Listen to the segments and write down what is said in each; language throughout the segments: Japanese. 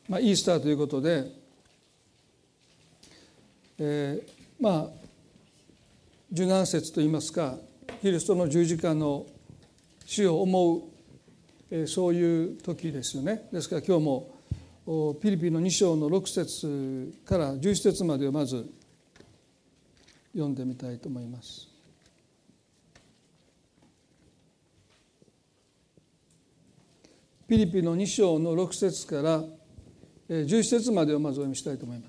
イースターということで、受難節といいますか、キリストの十字架の死を思う、そういう時ですよね。ですから今日もピリピの2章の6節から11節までをまず読んでみたいと思います。ピリピの2章の6節から11節までをまずお読みしたいと思います。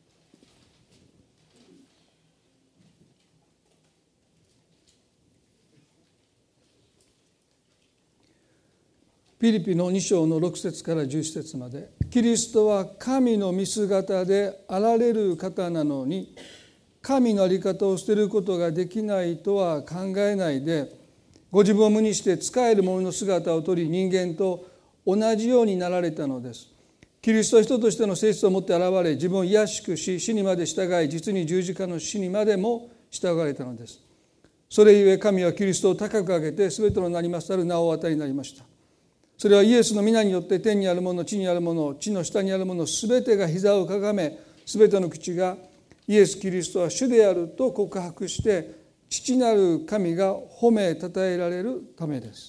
ピリピの2章の6節から11節まで。キリストは神の見姿であられる方なのに、神の在り方を捨てることができないとは考えないで、ご自分を無にして仕える者の姿をとり、人間と同じようになられたのです。キリストは人としての性質を持って現れ、自分を卑しくし、死にまで従い、実に十字架の死にまでも従われたのです。それゆえ神はキリストを高く上げて、すべての名に勝る名をお与えになりました。それはイエスの皆によって天にあるもの、地にあるもの、地の下にあるもの、すべてが膝をかがめ、すべての口がイエス・キリストは主であると告白して、父なる神が褒めたたえられるためです。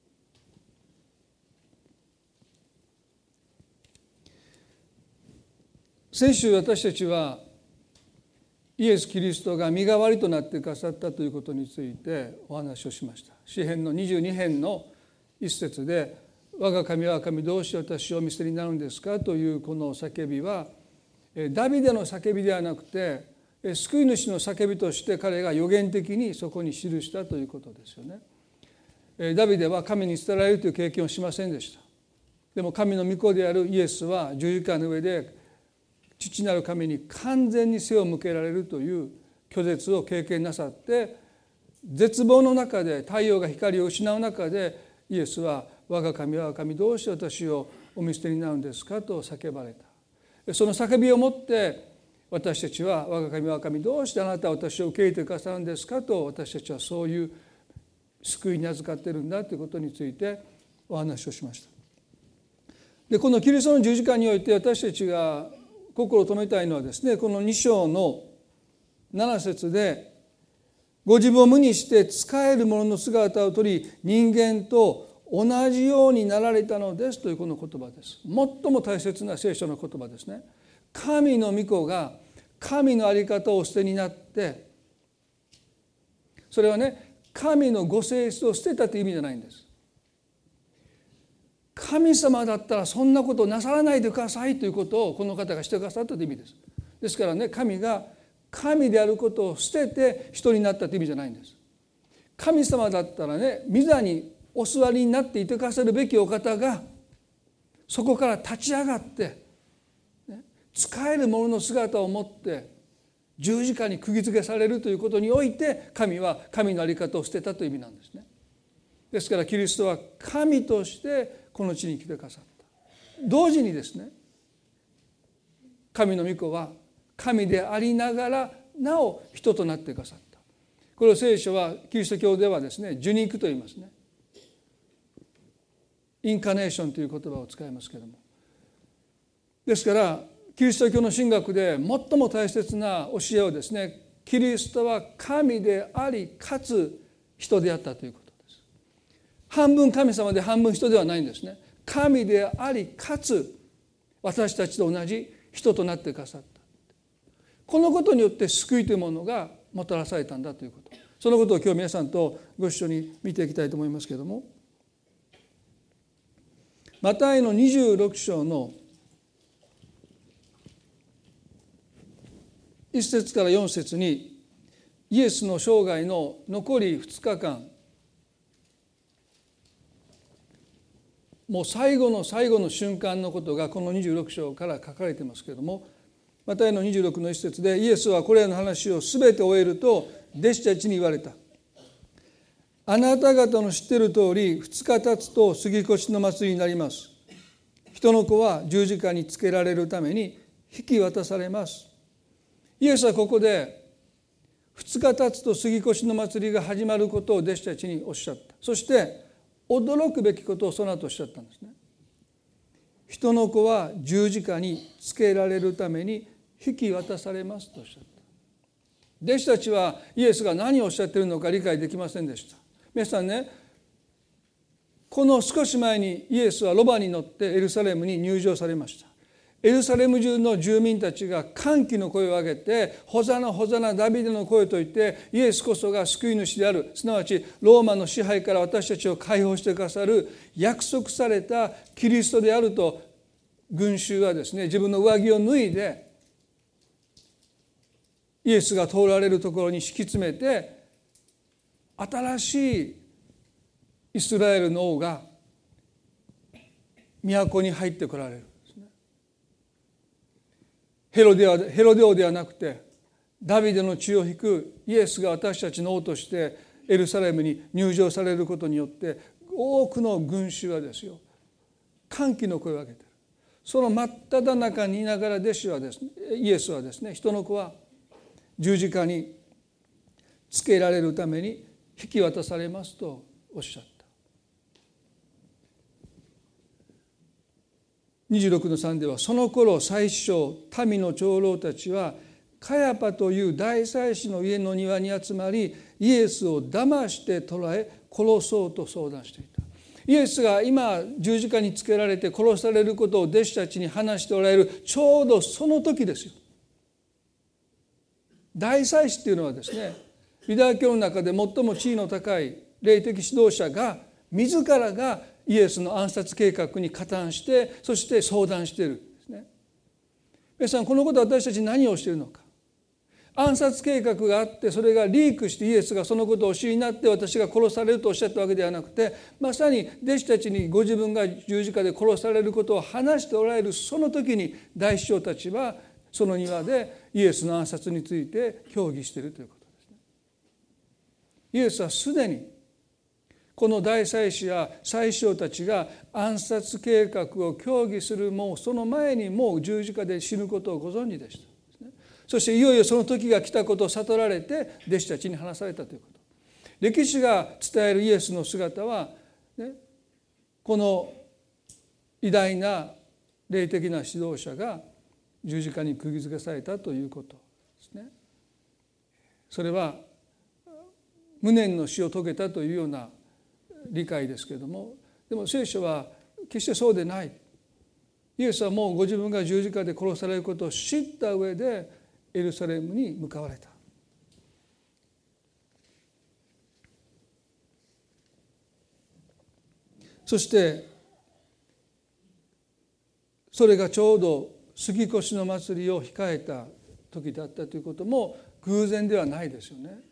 先週私たちはイエス・キリストが身代わりとなってくださったということについてお話をしました。詩編の22編の一節で、我が神は神、どうして私をお見捨てになるんですかというこの叫びは、ダビデの叫びではなくて、救い主の叫びとして彼が予言的にそこに記したということですよね。ダビデは神に捨てられるという経験をしませんでした。でも神の御子であるイエスは十字架の上で父なる神に完全に背を向けられるという拒絶を経験なさって、絶望の中で、太陽が光を失う中で、イエスは我が神は神、どうして私をお見捨てになるんですかと叫ばれた。その叫びをもって私たちは、我が神は神、どうしてあなたは私を受け入れてくださるんですかと、私たちはそういう救いに預かっているんだということについてお話をしました。でこのキリストの十字架において私たちが心を留めたいのはですね、この2章の7節で、ご自分を無にして仕える者の姿をとり、人間と同じようになられたのですというこの言葉です。最も大切な聖書の言葉ですね。神の御子が神の在り方をお捨てになって、それはね、神のご性質を捨てたという意味じゃないんです。神様だったらそんなことをなさらないでくださいということをこの方がしてくださったという意味です。ですからね、神が神であることを捨てて人になったという意味じゃないんです。神様だったらね、御座にお座りになっていてくださるべきお方がそこから立ち上がって、仕える者の姿を持って十字架に釘付けされるということにおいて、神は神の在り方を捨てたという意味なんですね。ですからキリストは神としてこの地に来てくださった。同時にですね、神の御子は神でありながらなお人となってくださった。これを聖書はキリスト教ではですね、受肉と言いますね。インカネーションという言葉を使いますけれども、ですからキリスト教の神学で最も大切な教えをですね、キリストは神でありかつ人であったということです。半分神様で半分人ではないんですね。神でありかつ私たちと同じ人となってくださった。このことによって救いというものがもたらされたんだということ、そのことを今日皆さんとご一緒に見ていきたいと思いますけれども、マタイの26章の1節から4節に、イエスの生涯の残り2日間、もう最後の最後の瞬間のことがこの26章から書かれていますけれども、マタイの26の一節で、イエスはこれらの話をすべて終えると弟子たちに言われた。あなた方の知っている通り、2日経つと杉越の祭りになります。人の子は十字架につけられるために引き渡されます。イエスはここで2日経つと杉越の祭りが始まることを弟子たちにおっしゃった。そして驚くべきことをその後おっしゃったんですね。 人の子は十字架につけられるために引き渡されますとおっしゃった。弟子たちはイエスが何をおっしゃっているのか理解できませんでした。皆さんね、この少し前にイエスはロバに乗ってエルサレムに入場されました。エルサレム中の住民たちが歓喜の声を上げて、ホザナホザナダビデの声と言って、イエスこそが救い主である、すなわちローマの支配から私たちを解放してくださる約束されたキリストであると、群衆はですね、自分の上着を脱いでイエスが通られるところに敷き詰めて、新しいイスラエルの王が都に入ってこられる。ヘロデ王ではなくて、ダビデの血を引くイエスが私たちの王としてエルサレムに入場されることによって、多くの群衆はですよ、歓喜の声を上げている。その真っ只中にいながら弟子はですね、イエスはですね、人の子は十字架につけられるために引き渡されますとおっしゃった。26-3では、その頃祭司長民の長老たちはカヤパという大祭司の家の庭に集まり、イエスを騙して捕らえ殺そうと相談していた。イエスが今十字架につけられて殺されることを弟子たちに話しておられるちょうどその時ですよ。大祭司っていうのはですね、ユダヤ教の中で最も地位の高い霊的指導者が自らがイエスの暗殺計画に加担して、そして相談しているんですね。皆さん、このことは私たち何をしているのか。暗殺計画があって、それがリークしてイエスがそのことをお知りになって私が殺されるとおっしゃったわけではなくて、まさに弟子たちにご自分が十字架で殺されることを話しておられるその時に、大司長たちはその庭でイエスの暗殺について協議しているということですね。イエスはすでにこの大祭司や祭司長たちが暗殺計画を協議するもうその前にもう十字架で死ぬことをご存知でした。そしていよいよその時が来たことを悟られて弟子たちに話されたということ。歴史が伝えるイエスの姿は、ね、この偉大な霊的な指導者が十字架に釘付けされたということですね。それは無念の死を遂げたというような理解ですけれども、でも聖書は決してそうでない。イエスはもうご自分が十字架で殺されることを知った上でエルサレムに向かわれた。そしてそれがちょうど杉越の祭りを控えた時だったということも偶然ではないですよね。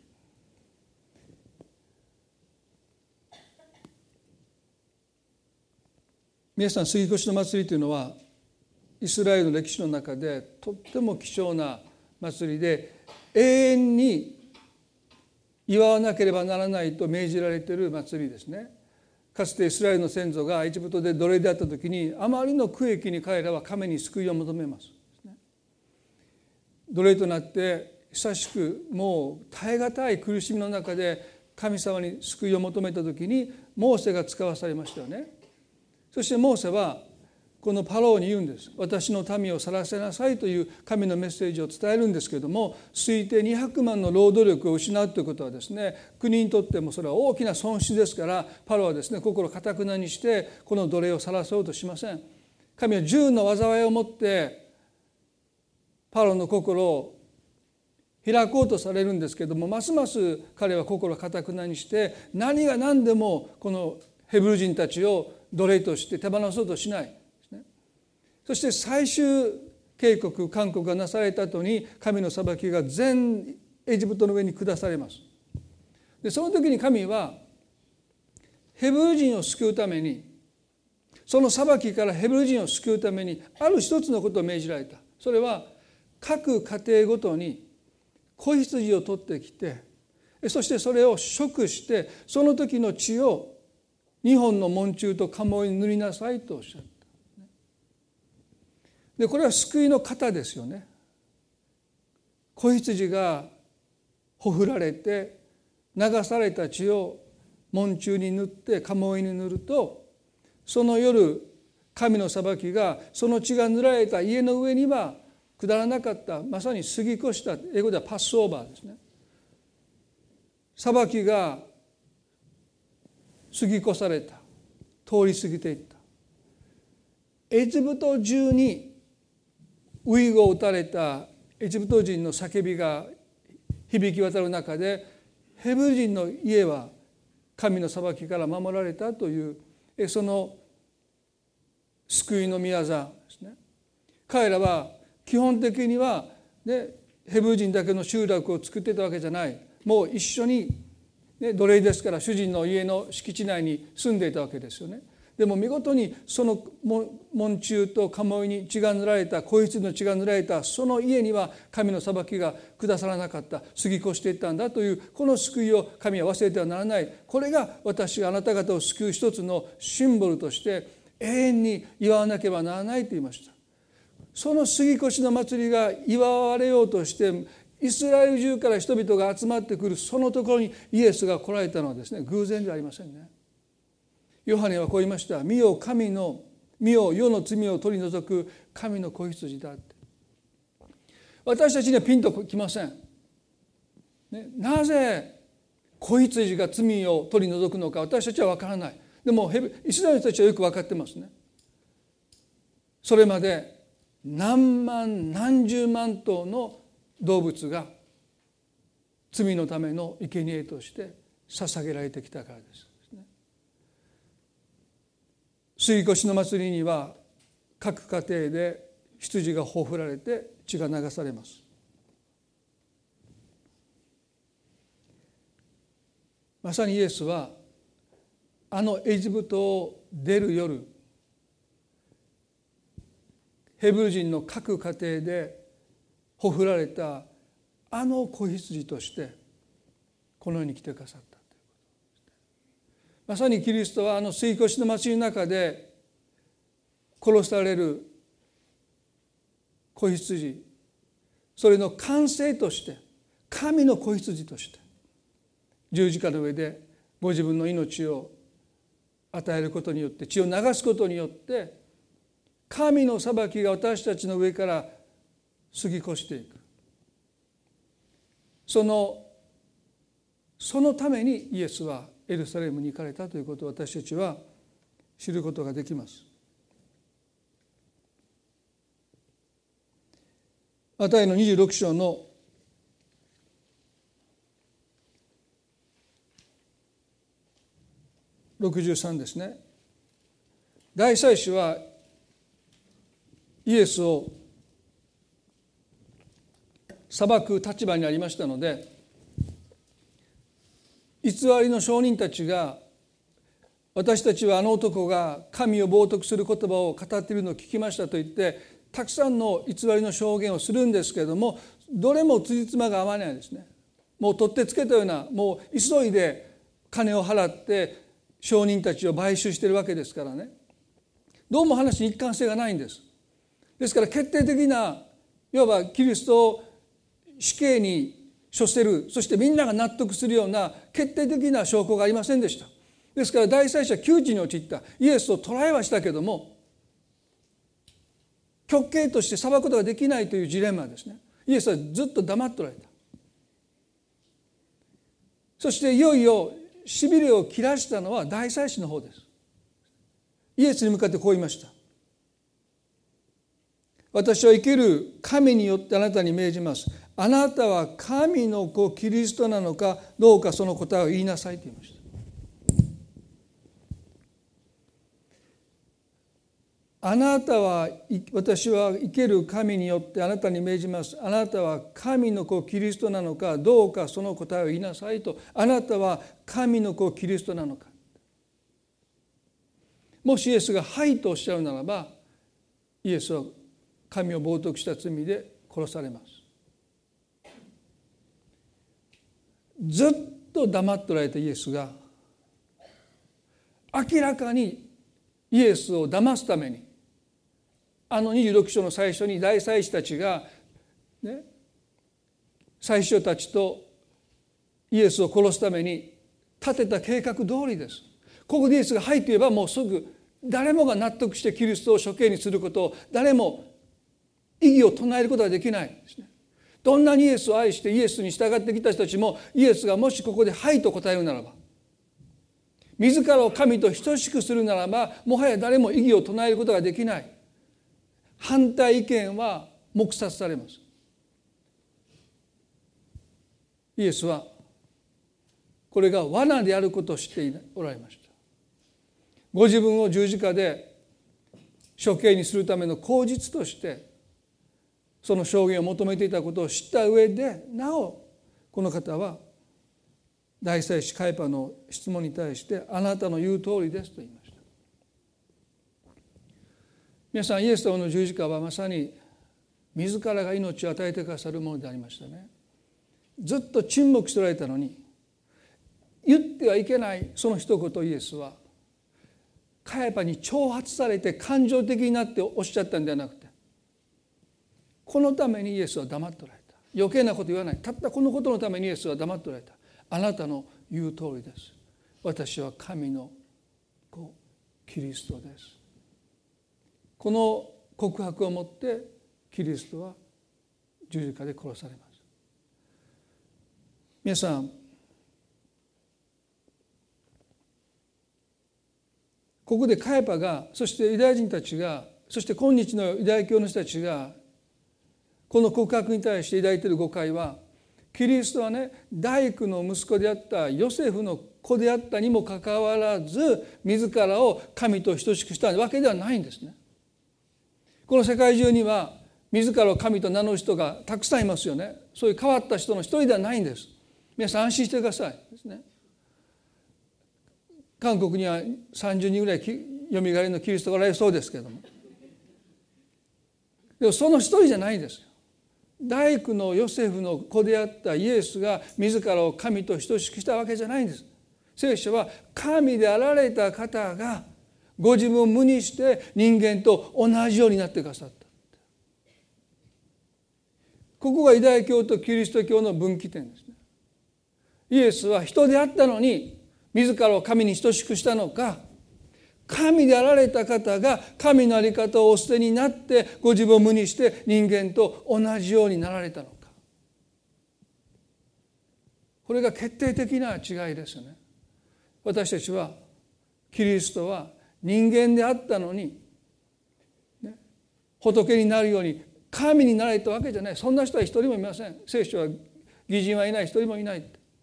皆さん、杉越の祭りというのはイスラエルの歴史の中でとっても貴重な祭りで、永遠に祝わなければならないと命じられている祭りですね。かつてイスラエルの先祖がエジプトで奴隷であった時に、あまりの苦役に彼らは神に救いを求めます。奴隷となって久しくもう耐え難い苦しみの中で神様に救いを求めた時にモーセが使わされましたよね。そしてモーセはこのパローに言うんです。私の民を去らせなさいという神のメッセージを伝えるんですけれども、推定200万の労働力を失うということはですね、国にとってもそれは大きな損失ですから、パローはですね、心をかたくなにしてこの奴隷を去らそうとしません。神は10の災いをもってパローの心を開こうとされるんですけれども、ますます彼は心をかたくなにして何が何でもこのヘブル人たちを奴隷として手放そうとしない。そして最終警告勧告がなされた後に神の裁きが全エジプトの上に下されます。でその時に神はヘブル人を救うために、その裁きからヘブル人を救うためにある一つのことを命じられた。それは各家庭ごとに子羊を取ってきて、そしてそれを食して、その時の血を2本の門柱と鴨居に塗りなさいとおっしゃった。でこれは救いの型ですよね。子羊がほふられて流された血を門柱に塗って鴨居に塗ると、その夜神の裁きがその血が塗られた家の上には下らなかった。まさに過ぎ越した、英語ではパスオーバーですね。裁きが過ぎ越された、通り過ぎていった。エジプト中に遺語を打たれたエジプト人の叫びが響き渡る中で、ヘブル人の家は神の裁きから守られたという、その救いの御業ですね。彼らは基本的には、ね、ヘブル人だけの集落を作っていたわけじゃない。もう一緒に、ね、奴隷ですから主人の家の敷地内に住んでいたわけですよね。でも見事にその門柱と鴨居に血が塗られた、子羊の血が塗られたその家には神の裁きが下さらなかった、過ぎ越していったんだという、この救いを神は忘れてはならない。これが私があなた方を救う一つのシンボルとして永遠に祝わなければならないと言いました。その過ぎ越しの祭りが祝われようとしてイスラエル中から人々が集まってくる、そのところにイエスが来られたのはですね、偶然ではありませんね。ヨハネはこう言いました。見よ世の罪を取り除く神の子羊だって。私たちにはピンときません、ね、なぜ子羊が罪を取り除くのか私たちは分からない。でもイスラエルの人たちはよく分かってますね。それまで何万何十万頭の動物が罪のための生贄として捧げられてきたからです。過ぎ越しの祭りには各家庭で羊がほふられて血が流されます。まさにイエスはあのエジプトを出る夜、ヘブル人の各家庭でほふられたあの子羊としてこの世に来てくださったということです。まさにキリストはあの過ぎ越しの祭りの中で殺される子羊、それの完成として神の子羊として十字架の上でご自分の命を与えることによって、血を流すことによって神の裁きが私たちの上から過ぎ越していく。そのためにイエスはエルサレムに行かれたということを私たちは知ることができます。マタイの26章の63ですね。大祭司はイエスを裁く立場にありましたので、偽りの証人たちが私たちはあの男が神を冒涜する言葉を語っているのを聞きましたと言ってたくさんの偽りの証言をするんですけれども、どれも辻褄が合わないですね。もう取ってつけたような、もう急いで金を払って証人たちを買収しているわけですからね、どうも話に一貫性がないんです。ですから決定的ないわばキリストを死刑に処せる、そしてみんなが納得するような決定的な証拠がありませんでした。ですから大祭司は窮地に陥った。イエスを捕らえはしたけども極刑として裁くことができないというジレンマですね。イエスはずっと黙っておられた。そしていよいよしびれを切らしたのは大祭司の方です。イエスに向かってこう言いました。私は生ける神によってあなたに命じます。あなたは神の子キリストなのかどうかその答えを言いなさいと言いました。私は生ける神によってあなたに命じます。あなたは神の子キリストなのかどうかその答えを言いなさいと。あなたは神の子キリストなのか。もしイエスがはいとおっしゃるならば、イエスは神を冒涜した罪で殺されます。ずっと黙っておられたイエスが明らかにイエスを騙すために、あの26章の最初に大祭司たちが、ね、祭司長たちとイエスを殺すために立てた計画通りです。ここでイエスがはいと言えばもうすぐ誰もが納得してキリストを処刑にすることを誰も異議を唱えることができないですね。どんなにイエスを愛してイエスに従ってきた人たちも、イエスがもしここではいと答えるならば、自らを神と等しくするならば、もはや誰も異議を唱えることができない。反対意見は黙殺されます。イエスはこれが罠であることを知っておられました。ご自分を十字架で処刑にするための口実としてその証言を求めていたことを知った上で、なおこの方は大祭司カイパの質問に対して、あなたの言う通りですと言いました。皆さん、イエス様の十字架はまさに自らが命を与えてくださるものでありましたね。ずっと沈黙しておられたのに、言ってはいけないその一言をイエスはカイパに挑発されて感情的になっておっしゃったんではなくて、このためにイエスは黙っておられた。余計なこと言わない。たったこのことのためにイエスは黙っておられた。あなたの言う通りです。私は神の子キリストです。この告白をもってキリストは十字架で殺されます。皆さん、ここでカイパが、そしてユダヤ人たちが、そして今日のユダヤ教の人たちがこの告白に対して抱いている誤解は、キリストはね、大工の息子であったヨセフの子であったにもかかわらず、自らを神と等しくしたわけではないんですね。この世界中には自らを神と名乗る人がたくさんいますよね。そういう変わった人の一人ではないんです。皆さん安心してくださいですね。韓国には30人ぐらいよみがえりのキリストがおられるそうですけれども、でもその一人じゃないんですよ。大工のヨセフの子であったイエスが自らを神と等しくしたわけじゃないんです。聖書は神であられた方がご自分を無にして人間と同じようになってくださった。ここがユダヤ教とキリスト教の分岐点ですね。イエスは人であったのに自らを神に等しくしたのか、神であられた方が神の在り方をお捨てになってご自分を無にして人間と同じようになられたのか。これが決定的な違いですよね。私たちはキリストは人間であったのに、仏になるように神になられたわけじゃない。そんな人は一人もいません。聖書は義人はいない、一人もいない。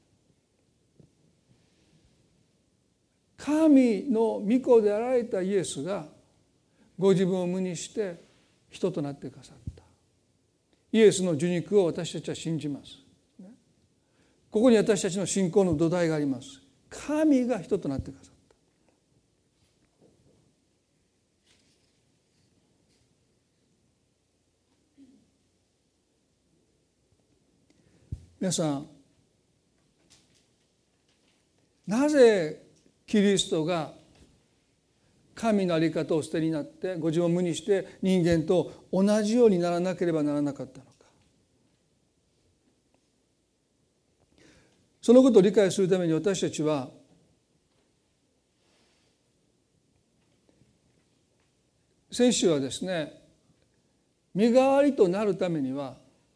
神の御子であられたイエスがご自分を無にして人となってくださった。イエスの受肉を私たちは信じます。ここに私たちの信仰の土台があります。神が人となってくださった。皆さん、なぜキリストが神の在り方を捨てになってご自分を無にして人間と同じようにならなければならなかったのか。そのことを理解するために私たちは先週はですね、身代わりとなるためには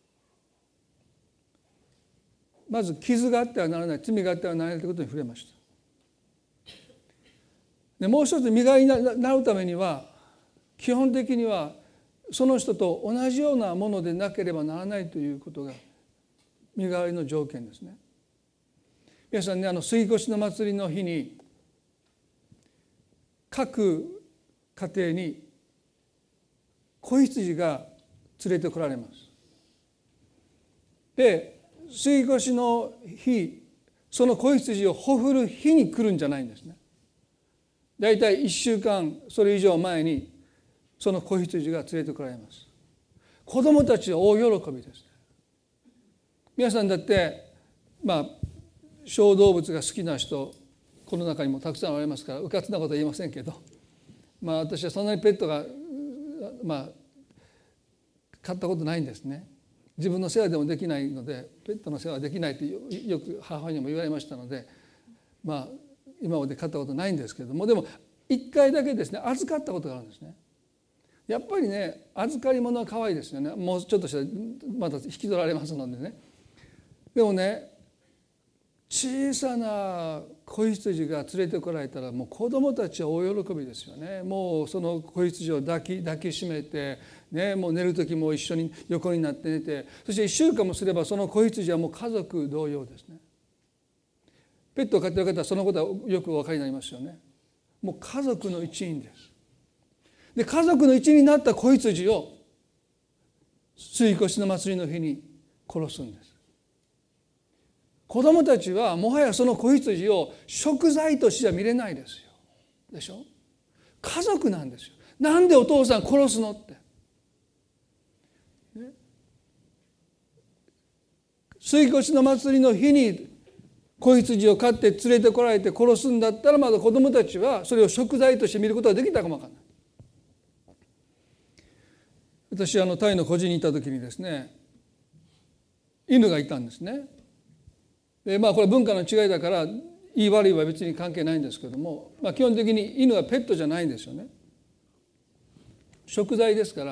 まず傷があってはならない、罪があってはならないということに触れました。でもう一つ身代わりになるためには基本的にはその人と同じようなものでなければならないということが身代わりの条件ですね。皆さんね、杉越の祭りの日に各家庭に子羊が連れてこられます。で、杉越の日、その子羊をほふる日に来るんじゃないんですね。だいたい1週間それ以上前にその子羊が連れてこられます。子どもたちは大喜びです。皆さんだって小動物が好きな人この中にもたくさんおられますからうかつなことは言えませんけど、私はそんなにペットが飼ったことないんですね。自分の世話でもできないのでペットの世話はできないとよく母親にも言われましたので、今まで飼ったことないんですけれども、でも 1回だけですね預かったことがあるんですね。やっぱりね預かり物は可愛いですよね。もうちょっとしたらまた引き取られますのでね。でもね小さな子羊が連れてこられたらもう子どもたちは大喜びですよね。もうその子羊を抱きしめて、ね、もう寝る時も一緒に横になって寝て、そして1週間もすればその子羊はもう家族同様ですね。ペットを飼っている方はそのことはよくお分かりになりますよね。もう家族の一員です。で家族の一員になった子羊を杉越の祭りの日に殺すんです。子どもたちはもはやその子羊を食材としては見れないですよ。でしょ。家族なんですよ。なんでお父さん殺すのって、ね、杉越の祭りの日に子羊を飼って連れてこられて殺すんだったら、まだ子どもたちはそれを食材として見ることができたかもわからない。私タイの孤児にいた時にですね、犬がいたんですね。でこれは文化の違いだからいい悪いは別に関係ないんですけども、基本的に犬はペットじゃないんですよね。食材ですから。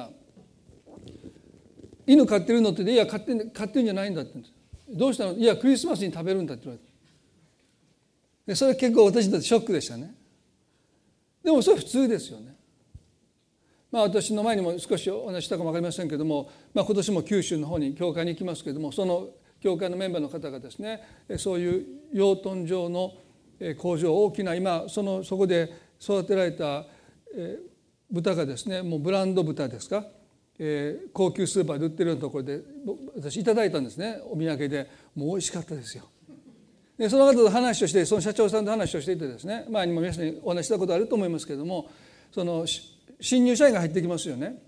犬飼ってるのって、いや飼ってるんじゃないんだって言うんです。どうしたの？いやクリスマスに食べるんだって言われて、でそれは結構私にとってショックでしたね。でもそれは普通ですよね。私の前にも少しお話したかも分かりませんけれども、今年も九州の方に教会に行きますけれども、その教会のメンバーの方がですね、そういう養豚場の工場、大きな今そこで育てられた豚がですね、もうブランド豚ですか、高級スーパーで売ってるようなところで私いただいたんですね、お土産で。もう美味しかったですよ。でその方と話をして、その社長さんと話をしていてですね、前にも皆さんにお話したことあると思いますけれども、その新入社員が入ってきますよね。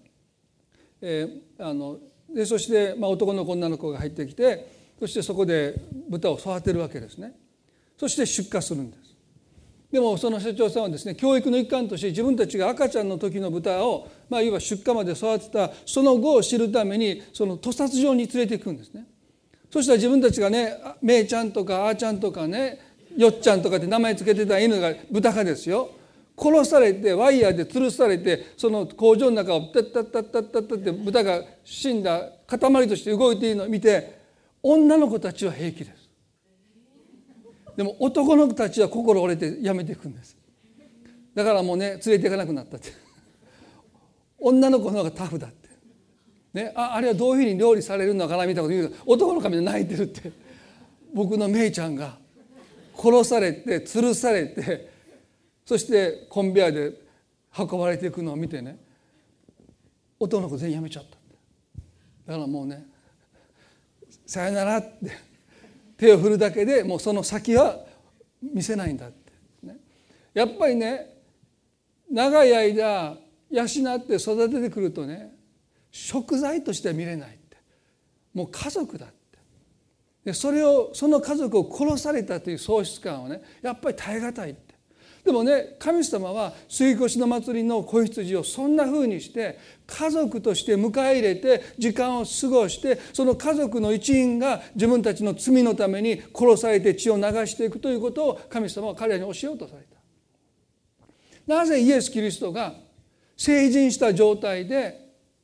でそして男の子女の子が入ってきて、そしてそこで豚を育てるわけですね。そして出荷するんです。でもその社長さんはですね、教育の一環として自分たちが赤ちゃんの時の豚をいわば出荷まで育てたその後を知るためにその屠殺場に連れていくんですね。そしたら自分たちがね、めいちゃんとかあーちゃんとかね、よっちゃんとかって名前つけてた豚がですよ、殺されてワイヤーで吊るされて、その工場の中をタッタッタッタッタッタって豚が死んだ塊として動いているのを見て、女の子たちは平気です。でも男の子たちは心折れてやめていくんです。だからもうね、連れていかなくなったって。女の子の方がタフだって、ね、あれはどういうふうに料理されるのかなみたいなこと言うけど、男の子が泣いてるって。僕のめいちゃんが殺されて吊るされて、そしてコンベヤーで運ばれていくのを見てね、男の子全員やめちゃった。だからもうね、さよならって手を振るだけでもうその先は見せないんだって、ね、やっぱりね、長い間養って育ててくるとね、食材としては見れないって、もう家族だって。でその家族を殺されたという喪失感をね、やっぱり耐え難いって。でもね、神様は杉越の祭りの子羊をそんな風にして家族として迎え入れて時間を過ごして、その家族の一員が自分たちの罪のために殺されて血を流していくということを神様は彼らに教えようとされた。なぜイエス・キリストが成人した状態で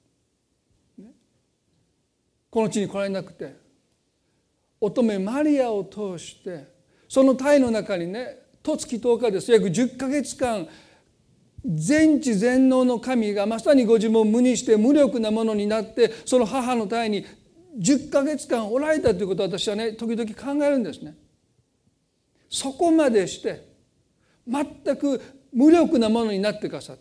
この地に来られなくて、乙女マリアを通してその胎の中にね、十月10日です。約10ヶ月間、全知全能の神がまさにご自分を無にして無力なものになって、その母の胎に10ヶ月間おられたということを私はね、時々考えるんですね。そこまでして全く無力なものになってくださって、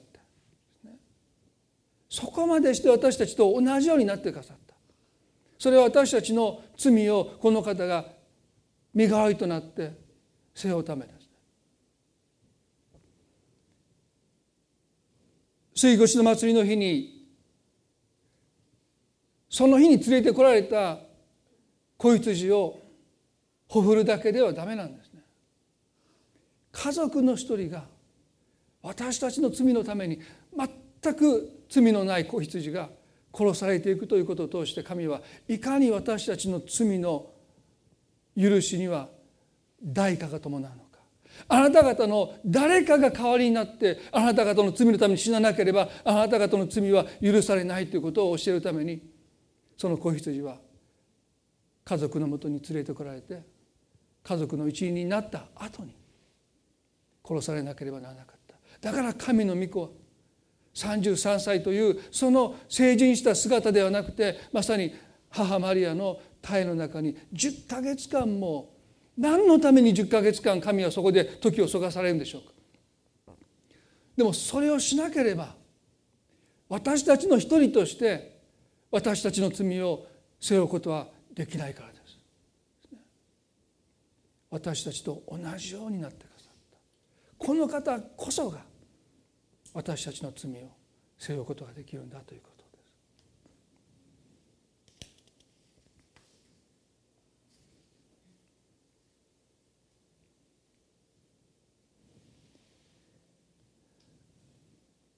そこまでして私たちと同じようになってくださった。それは私たちの罪をこの方が身代わりとなって背負うためです。杉越の祭りの日に、その日に連れてこられた子羊をほふるだけではダメなんですね。家族の一人が私たちの罪のために全く罪のない子羊が殺されていくということを通して、神はいかに私たちの罪の許しには代価が伴うのか、 あなた方の誰かが代わりになってあなた方の罪のために死ななければあなた方の罪は許されないということを教えるために、その子羊は家族のもとに連れてこられて、家族の一員になった後に殺されなければならなかった。だから神の御子は33歳というその成人した姿ではなくて、まさに母マリアの胎の中に10ヶ月間も、何のために10ヶ月間神はそこで時を過ごされるんでしょうか。でもそれをしなければ私たちの一人として私たちの罪を背負うことはできないからです。私たちと同じようになってくださった。この方こそが私たちの罪を背負うことができるんだということです。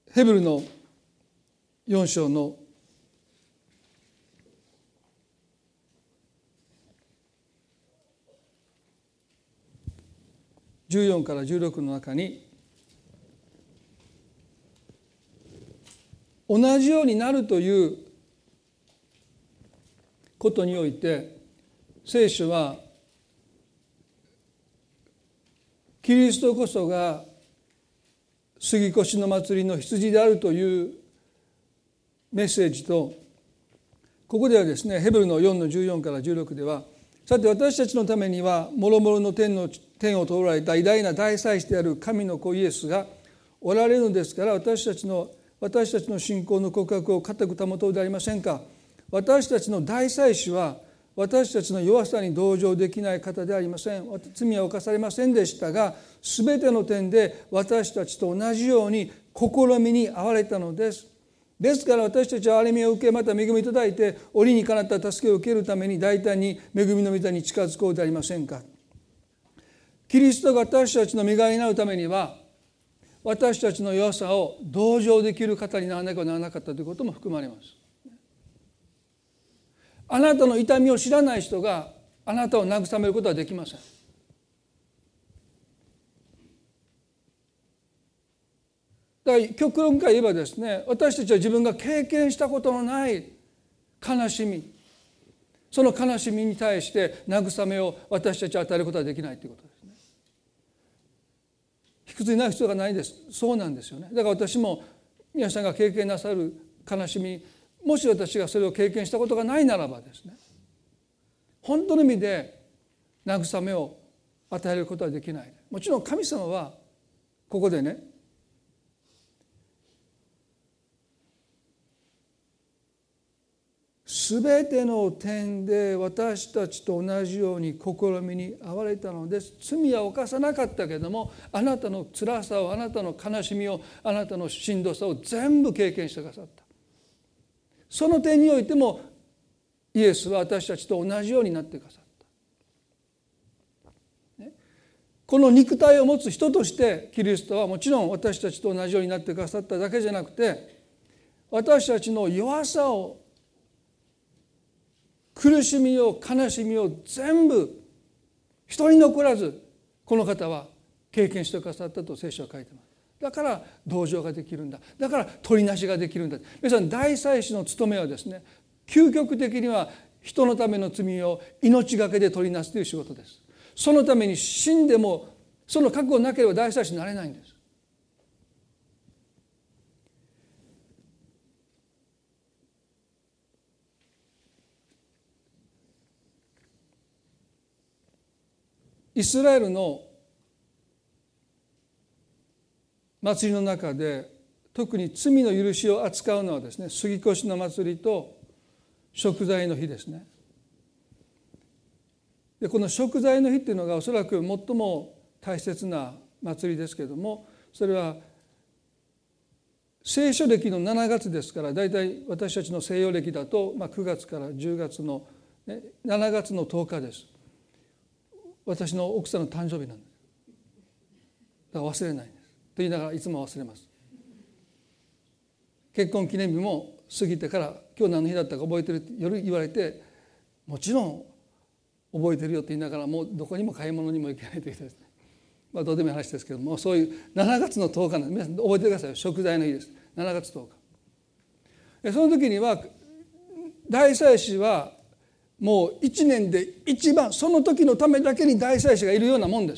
ヘブルの4章の14から16の中に、同じようになるということにおいて聖書はキリストこそが杉越の祭りの羊であるというメッセージと、ここではですね、ヘブルの4の14から16では、さて私たちのためにはもろもろの天を通られた偉大な大祭司である神の子イエスがおられるのですから、私たちの信仰の告白を固く保とうでありませんか。私たちの大祭司は私たちの弱さに同情できない方ではありません。罪は犯されませんでしたが、すべての点で私たちと同じように試みに遭われたのです。ですから私たちは憐れみを受け、また恵みいただいて折にかなった助けを受けるために大胆に恵みの御座に近づこうではありませんか。キリストが私たちの身代わりになるためには、私たちの弱さを同情できる方にならなければならなかったということも含まれます。あなたの痛みを知らない人があなたを慰めることはできません。だから極論から言えばですね、私たちは自分が経験したことのない悲しみ、その悲しみに対して慰めを私たちは与えることはできないということですね。卑屈になる必要がないです。そうなんですよね。だから私も皆さんが経験なさる悲しみ、もし私がそれを経験したことがないならばですね、本当の意味で慰めを与えることはできない。もちろん神様はここでね、すべての点で私たちと同じように試みに遭われたのです。罪は犯さなかったけれども、あなたの辛さを、あなたの悲しみを、あなたのしんどさを全部経験してくださった。その点においてもイエスは私たちと同じようになってくださった、ね、この肉体を持つ人としてキリストはもちろん私たちと同じようになってくださっただけじゃなくて、私たちの弱さを、苦しみを、悲しみを全部一人残らずこの方は経験してくださったと聖書は書いてます。だから同情ができるんだ。だから取りなしができるんだ。皆さん、大祭司の務めはですね、究極的には人のための罪を命がけで取りなすという仕事です。そのために死んでもその覚悟なければ大祭司になれないんです。イスラエルの祭りの中で特に罪の許しを扱うのはですね、杉越の祭りと贖罪の日ですね。でこの贖罪の日っていうのがおそらく最も大切な祭りですけれども、それは聖書暦の7月ですから、だいたい私たちの西洋暦だと9月から10月の、7月の10日です。私の奥さんの誕生日なんです。だから忘れないんですと言いながらいつも忘れます。結婚記念日も過ぎてから今日何の日だったか覚えてるって夜言われて、もちろん覚えてるよって言いながらもうどこにも買い物にも行けないという人ですね。 どうでもいい話ですけども、そういう7月の10日の皆さん覚えてください。食材の日です。7月10日。その時には大祭司はもう1年で一番その時のためだけに大祭司がいるようなもんです。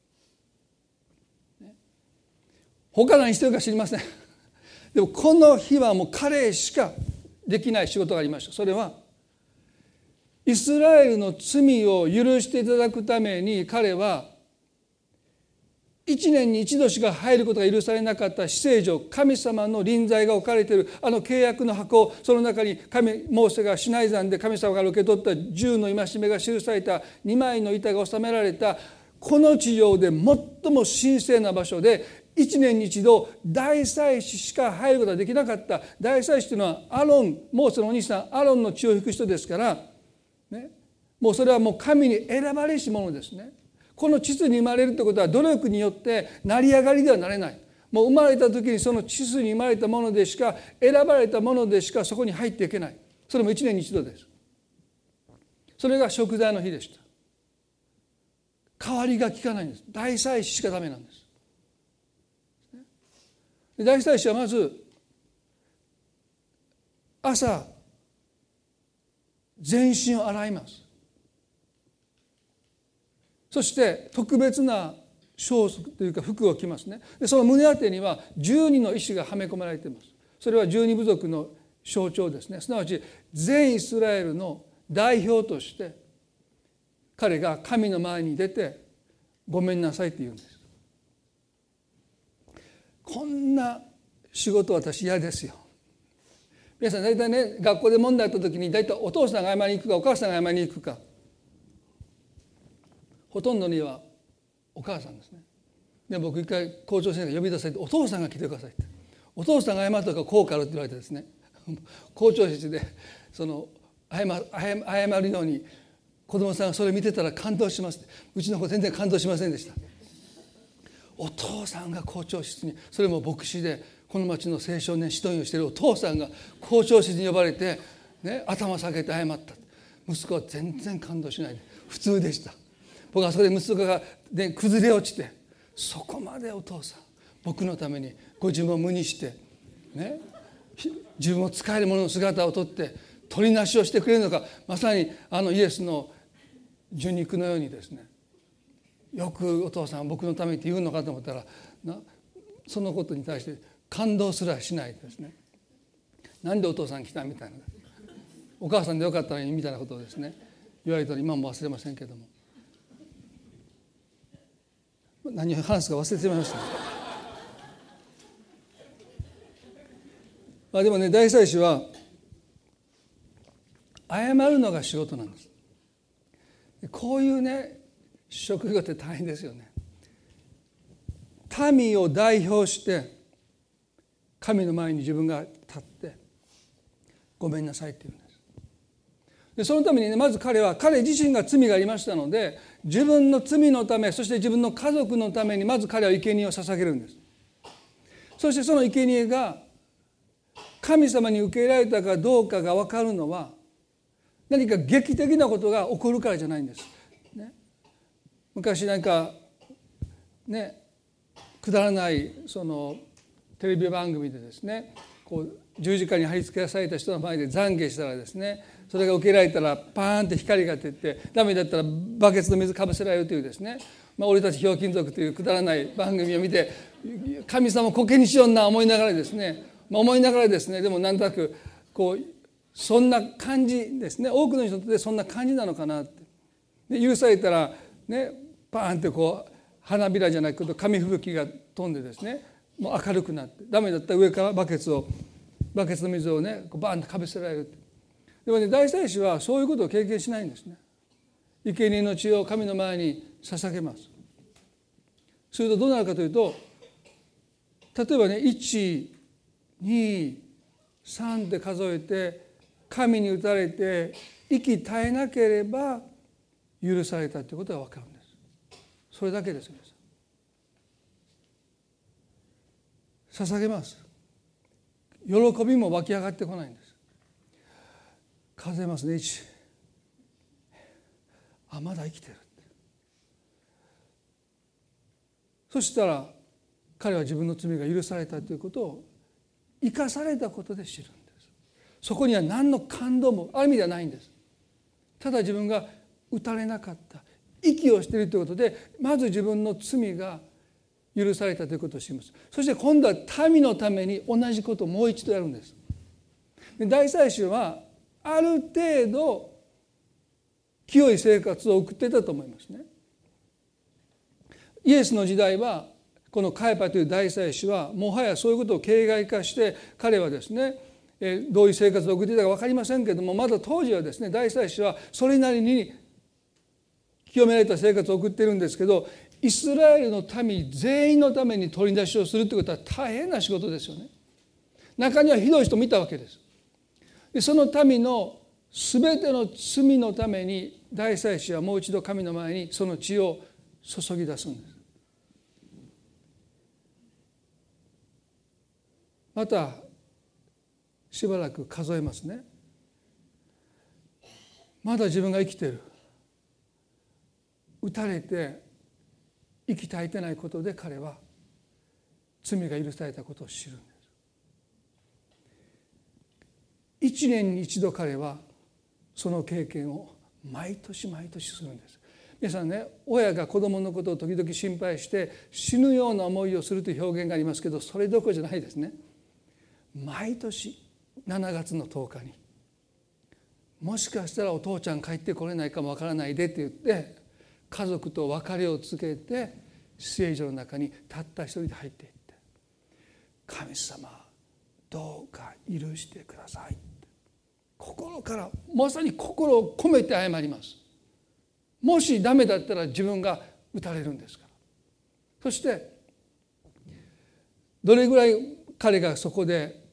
他何してるか知りません。でもこの日はもう彼しかできない仕事がありました。それはイスラエルの罪を許していただくために、彼は1年に1度しか入ることが許されなかった至聖所、神様の臨在が置かれているあの契約の箱、その中にモーセがシナイ山で神様から受け取った10の戒めが記された2枚の板が収められたこの地上で最も神聖な場所で、1年に1度大祭司しか入ることができなかった。大祭司というのはアロン、モーセのお兄さんアロンの血を引く人ですから、ね、もうそれはもう神に選ばれし者ですね。この地図に生まれるということは努力によって成り上がりではなれない。もう生まれた時にその地図に生まれたものでしか、選ばれたものでしかそこに入っていけない。それも1年に1度です。それが食材の日でした。代わりが効かないんです。大祭司しかダメなんです。大祭司はまず朝全身を洗います。そして特別な装束というか服を着ますね。でその胸当てには12の石がはめ込まれています。それは12部族の象徴ですね。すなわち全イスラエルの代表として彼が神の前に出てごめんなさいって言うんです。こんな仕事私嫌ですよ。皆さん大体ね、学校で問題あった時に大体お父さんが謝りに行くかお母さんが謝りに行くか、ほとんどにはお母さんですね。で僕一回校長先生が呼び出されて、お父さんが来てくださいって、お父さんが謝るとかこうかるって言われてですね、校長室でその謝るように子供さんがそれ見てたら感動しますって、うちの子全然感動しませんでした。お父さんが校長室に、それも牧師でこの町の青少年指導員をしているお父さんが校長室に呼ばれて、ね、頭下げて謝った。息子は全然感動しないで普通でした。僕はそこで息子が、ね、崩れ落ちて、そこまでお父さん僕のためにご自分を無にして、ね、自分を使える者の姿をとって取りなしをしてくれるのか、まさにイエスの受肉のようにですね、よくお父さんは僕のためにって言うのかと思ったらそのことに対して感動すらしないですね。なんでお父さん来たみたいな、お母さんでよかったのにみたいなことをですね言われたら今も忘れませんけども、何を話すか忘れてしまいました。でもね、大祭司は謝るのが仕事なんです。こういうね職業って大変ですよね。民を代表して神の前に自分が立ってごめんなさいって言うんです。でそのためにね、まず彼自身が罪がありましたので、自分の罪のため、そして自分の家族のためにまず彼は生贄を捧げるんです。そしてその生贄が神様に受け入れられたかどうかが分かるのは、何か劇的なことが起こるからじゃないんです、ね、昔なんかね、くだらないそのテレビ番組でですね、こう十字架に貼り付けされた人の前で懺悔したらですね、それが受けられたらパーンって光が出て、ダメだったらバケツの水かぶせられるというですね、俺たちひょうきん族というくだらない番組を見て、神様コケにしような思いながらですね、でもなんとなくこうそんな感じですね。多くの人ってそんな感じなのかなって。で許されたらね、パーンってこう花びらじゃないけど紙吹雪が飛んでですね、もう明るくなって、ダメだったら上からバケツの水をねバーンとかぶせられる。でもね、大祭司はそういうことを経験しないんですね。生贄の血を神の前に捧げます。するとどうなるかというと、例えばね、1、2、3って数えて神に打たれて息絶えなければ許されたということが分かるんです。それだけです。皆さん捧げます。喜びも湧き上がってこないんです。数えますね。1、まだ生きてる。 そしたら彼は自分の罪が許されたということを生かされたことで知るんです。そこには何の感動もある意味ではないんです。ただ自分が打たれなかった、息をしているということでまず自分の罪が許されたということを知ります。そして今度は民のために同じことをもう一度やるんです。大祭司はある程度清い生活を送っていたと思いますね。イエスの時代はこのカヤパという大祭司はもはやそういうことを形骸化して彼はですねどういう生活を送っていたか分かりませんけれども、まだ当時はですね大祭司はそれなりに清められた生活を送っているんですけど、イスラエルの民全員のために取り出しをするということは大変な仕事ですよね。中にはひどい人もいたわけです。でその民のすべての罪のために大祭司はもう一度神の前にその血を注ぎ出すんです。またしばらく数えますね。まだ自分が生きている、打たれて息絶えてないことで彼は罪が許されたことを知るんです。1年に一度彼はその経験を毎年毎年するんです。皆さんね、親が子供のことを時々心配して死ぬような思いをするという表現がありますけど、それどころじゃないですね。毎年7月の10日にもしかしたらお父ちゃん帰ってこれないかもわからないでって言って家族と別れを告げて聖所の中にたった一人で入っていって、神様どうか許してください、心からまさに心を込めて謝ります。もしダメだったら自分が打たれるんですから。そしてどれぐらい彼がそこで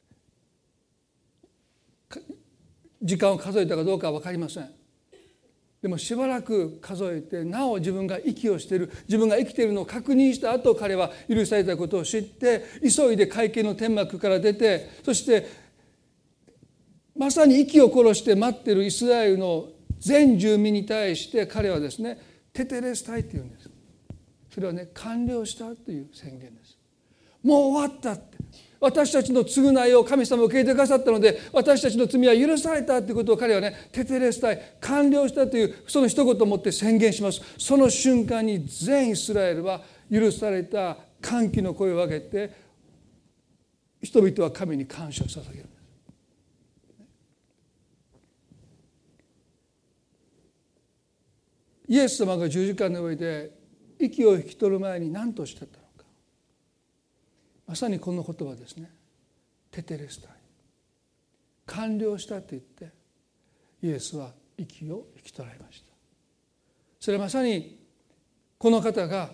時間を数えたかどうかは分かりません。でもしばらく数えてなお自分が息をしている、自分が生きているのを確認した後、彼は許されたことを知って急いで会見の天幕から出て、そしてまさに息を殺して待っているイスラエルの全住民に対して彼はですねテテレスタイっていうんです。それはね完了したという宣言です。もう終わったって、私たちの償いを神様が受け入れてくださったので私たちの罪は許されたということを彼はねテテレスタイ、完了したというその一言をもって宣言します。その瞬間に全イスラエルは許された歓喜の声を上げて人々は神に感謝を捧げるんです。イエス様が十字架の上で息を引き取る前に何とおっしゃったのか、まさにこの言葉ですね。テテレスタイ、完了したと言ってイエスは息を引き取られました。それはまさにこの方が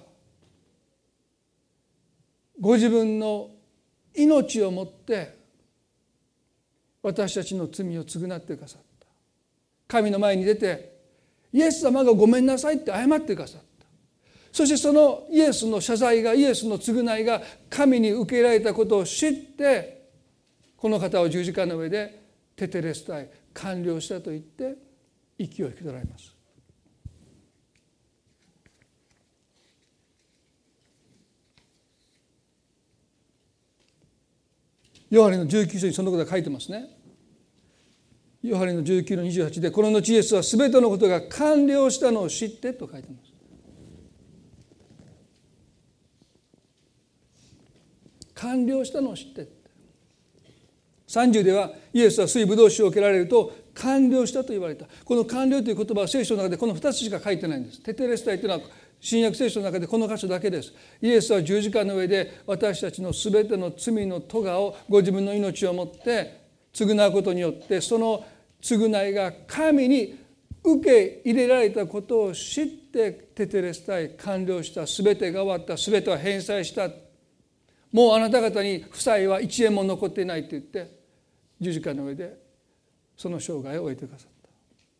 ご自分の命をもって私たちの罪を償ってくださった。神の前に出てイエス様がごめんなさいって謝ってくださった。そしてそのイエスの謝罪が、イエスの償いが神に受け入れられたことを知って、この方を十字架の上でテテレスタイ、完了したと言って息を引き取られます。ヨハネの19章にそのことが書いてますね。ヨハネの19の28で、この後イエスはすべてのことが完了したのを知ってと書いてます。完了したのを知って。30ではイエスは水ぶどう酒を受けられると完了したと言われた。この完了という言葉は聖書の中でこの2つしか書いてないんです。テテレスタイというのは新約聖書の中でこの箇所だけです。イエスは十字架の上で私たちのすべての罪の咎をご自分の命をもって償うことによって、その償いが神に受け入れられたことを知ってテテレスタイ、完了した、すべてが終わった、すべては返済した、もうあなた方に負債は1円も残っていないと言って十字架の上でその生涯を終えてくださった。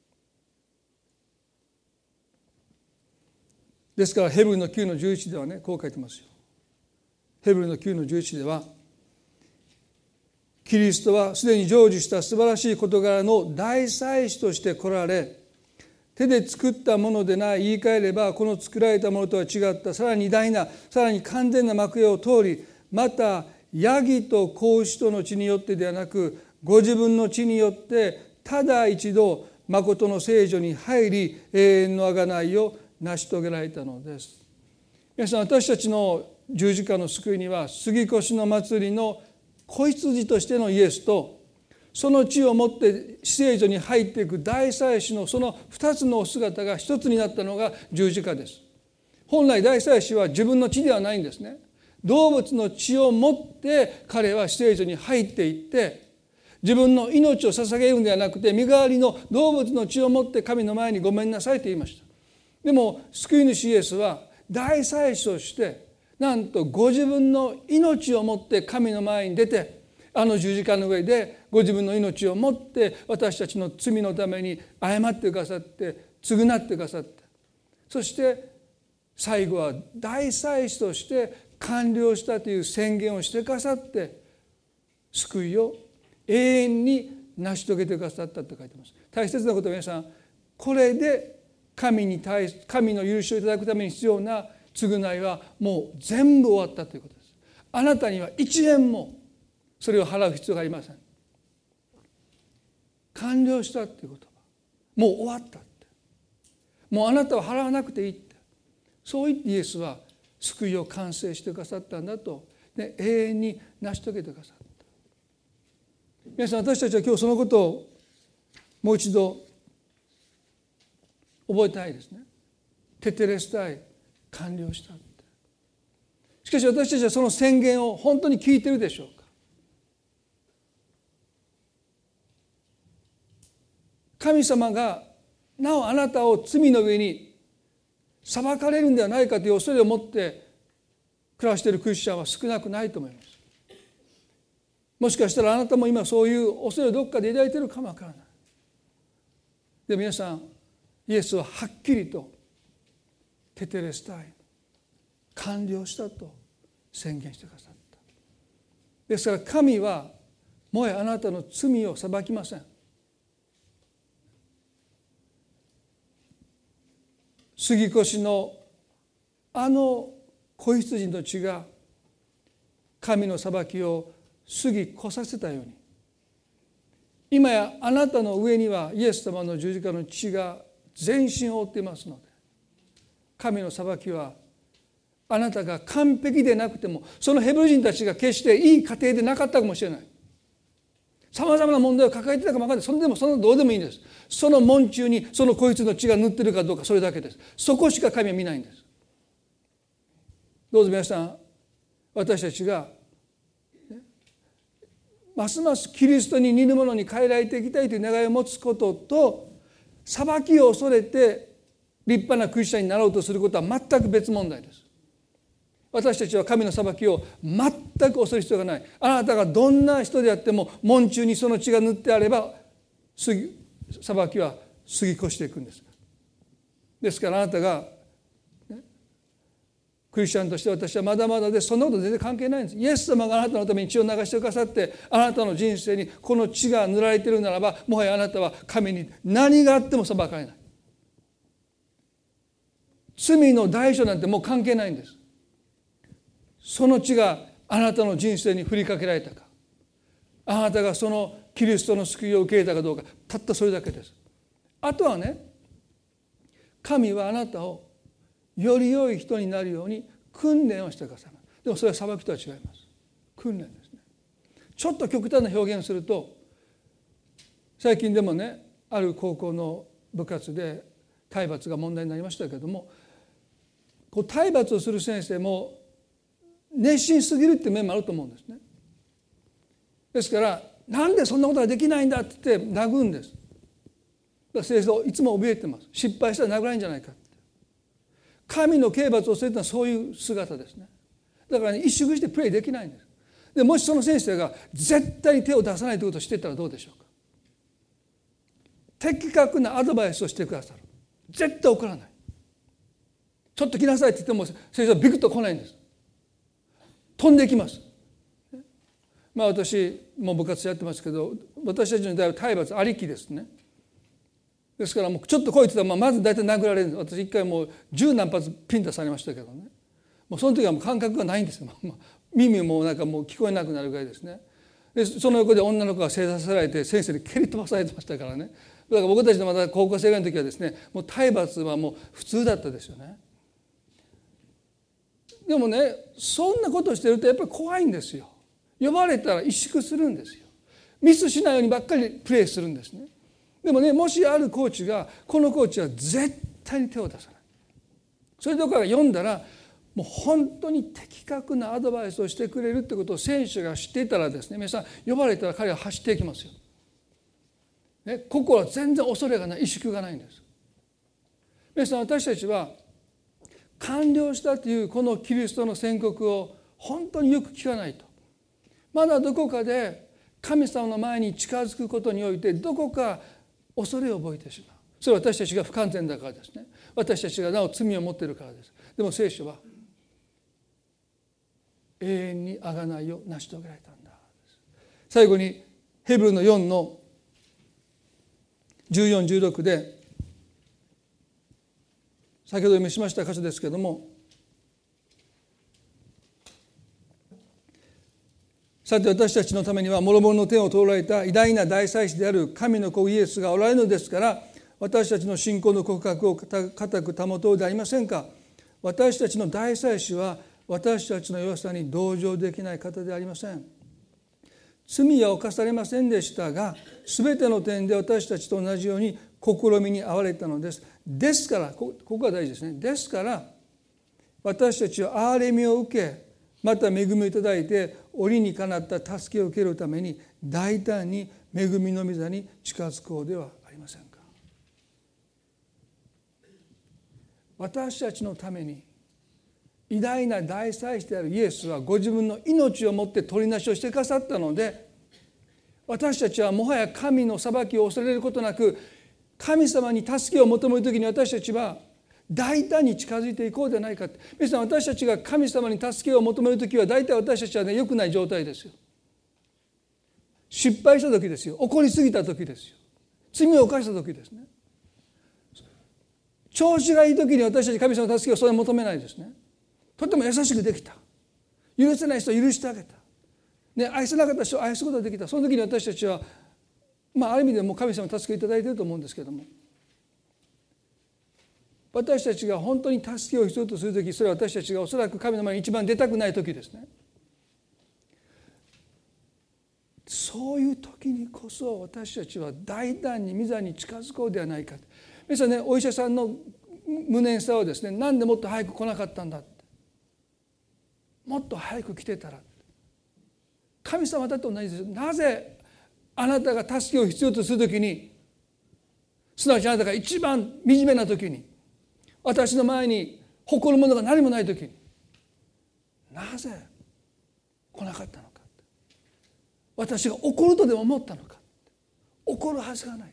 ですからヘブルの9の11ではねこう書いてますよ。ヘブルの9の11では、キリストはすでに成就した素晴らしい事柄の大祭司として来られ、 手で作ったものでない、言い換えればこの作られたものとは違ったさらに偉大な、さらに完全な幕屋を通り、またヤギと子牛との血によってではなく、ご自分の血によってただ一度誠の聖所に入り、永遠の贖いを成し遂げられたのです。皆さん、私たちの十字架の救いには、杉越の祭りの子羊としてのイエスと、その血をもって聖所に入っていく大祭司のその2つのお姿が一つになったのが十字架です。本来大祭司は自分の血ではないんですね。動物の血をもって彼は聖所に入っていって、自分の命を捧げるんではなくて、身代わりの動物の血をもって神の前にごめんなさいと言いました。でも救い主イエスは大祭司として、なんとご自分の命をもって神の前に出て、あの十字架の上でご自分の命をもって私たちの罪のために謝ってくださって、償ってくださった。そして最後は大祭司として完了したという宣言をしてくださって、救いを永遠に成し遂げてくださったと書いています。大切なことは皆さん、これで神の許しをいただくために必要な償いはもう全部終わったということです。あなたには1円もそれを払う必要がありません。完了したっていう言葉、もう終わったって、もうあなたは払わなくていいって、そう言ってイエスは救いを完成してくださったんだと、永遠に成し遂げてくださった。皆さん、私たちは今日そのことをもう一度覚えたいですね。テテレスタイ、完了したって。しかし私たちはその宣言を本当に聞いているでしょうか。神様がなおあなたを罪の上に裁かれるんではないかという恐れを持って暮らしているクリスチャンは少なくないと思います。もしかしたらあなたも今そういう恐れをどこかで抱いているかもわからない。でも皆さん、イエスははっきりとテテレスタイ、完了したと宣言してくださった。ですから神はもはやあなたの罪を裁きません。杉越のあの子羊の血が神の裁きを過ぎ越させたように、今やあなたの上にはイエス様の十字架の血が全身を覆っていますので、神の裁きはあなたが完璧でなくても、そのヘブル人たちが決していい家庭でなかったかもしれない、さまざまな問題を抱えていたかもわからない、それでもそのどうでもいいんです。その門中にその子羊の血が塗っているかどうか、それだけです。そこしか神は見ないんです。どうぞ皆さん、私たちがますますキリストに似るものに変えられていきたいという願いを持つことと、裁きを恐れて立派なクリスチャンになろうとすることは全く別問題です。私たちは神の裁きを全く恐れる必要がない。あなたがどんな人であっても門中にその血が塗ってあれば裁きは過ぎ越していくんです。ですからあなたがクリスチャンとして私はまだまだで、そんなこと全然関係ないんです。イエス様があなたのために血を流してくださって、あなたの人生にこの血が塗られているならば、もはやあなたは神に何があっても裁かれない。罪の代償なんてもう関係ないんです。その血があなたの人生に振りかけられたか、あなたがそのキリストの救いを受け入れたかどうか、たったそれだけです。あとはね、神はあなたをより良い人になるように訓練をしてくださいます。でもそれは裁きとは違います。訓練ですね。ちょっと極端な表現をすると、最近でもね、ある高校の部活で体罰が問題になりましたけれども、こう体罰をする先生も熱心すぎるっていう面もあると思うんですね。ですからなんでそんなことができないんだって言って殴るんです。先生いつも怯えてます。失敗したら殴られるんじゃないかって。神の刑罰をするというのはそういう姿ですね。だからね、一縮してプレーできないんです。でもしその先生が絶対に手を出さないということをしていたらどうでしょうか。的確なアドバイスをしてくださる。絶対怒らない。ちょっと来なさいって言っても先生はビクッと来ないんです。飛んできます。私も部活やってますけど、私たちの代は体罰ありきですね。 ですからもうちょっと来いって言ったらまず大体殴られるんです。私一回もう10何発ピンタされましたけどね、もうその時はもう感覚がないんですよ。耳もなんかもう聞こえなくなるぐらいですね。でその横で女の子が正座させられて先生に蹴り飛ばされてましたからね。だから僕たちのまだ高校生ぐらいの時はですね、もう体罰はもう普通だったですよね。でもね、そんなことをしてるとやっぱり怖いんですよ。呼ばれたら萎縮するんですよ。ミスしないようにばっかりプレーするんですね。でもね、もしあるコーチがこのコーチは絶対に手を出さない、それどころか読んだらもう本当に的確なアドバイスをしてくれるってことを選手が知っていたらですね、皆さん呼ばれたら彼は走っていきますよ、ね、心は全然恐れがない、萎縮がないんです。皆さん、私たちは完了したというこのキリストの宣告を本当によく聞かないと、まだどこかで神様の前に近づくことにおいてどこか恐れを覚えてしまう。それは私たちが不完全だからですね。私たちがなお罪を持っているからです。でも聖書は永遠に贖いを成し遂げられたんだ。最後にヘブルの4の14、16で先ほど読みしました箇所ですけれども、さて私たちのためには諸々の天を通られた偉大な大祭司である神の子イエスがおられるのですから、私たちの信仰の告白を固く保とうでありませんか。私たちの大祭司は私たちの弱さに同情できない方でありません。罪は犯されませんでしたが、すべての点で私たちと同じように試みに遭われたのです。ですから、ここが大事ですね。ですから私たちは憐れみを受け、また恵みをいただいて折にかなった助けを受けるために大胆に恵みの御座に近づこうではありませんか。私たちのために偉大な大祭司であるイエスはご自分の命をもって取りなしをしてくださったので、私たちはもはや神の裁きを恐れることなく、神様に助けを求めるときに私たちは大胆に近づいていこうではないか。皆さん、私たちが神様に助けを求めるときは大体私たちはね、良くない状態ですよ。失敗したときですよ。怒りすぎたときですよ。罪を犯したときですね。調子がいいときに私たち神様の助けをそれを求めないですね。とても優しくできた。許せない人を許してあげた。ね、愛せなかった人を愛すことができた。その時に私たちは、ある意味でも神様の助けをいただいていると思うんですけれども、私たちが本当に助けを必要とするとき、それは私たちがおそらく神の前に一番出たくないときですね。そういう時にこそ私たちは大胆に御座に近づこうではないか。皆さんね、お医者さんの無念さをですね、なんでもっと早く来なかったんだって、もっと早く来てたら、神様だと同じです。なぜあなたが助けを必要とするときに、すなわちあなたが一番惨めなときに、私の前に誇るものが何もないときに、なぜ来なかったのか。私が怒るとでも思ったのか。怒るはずがない。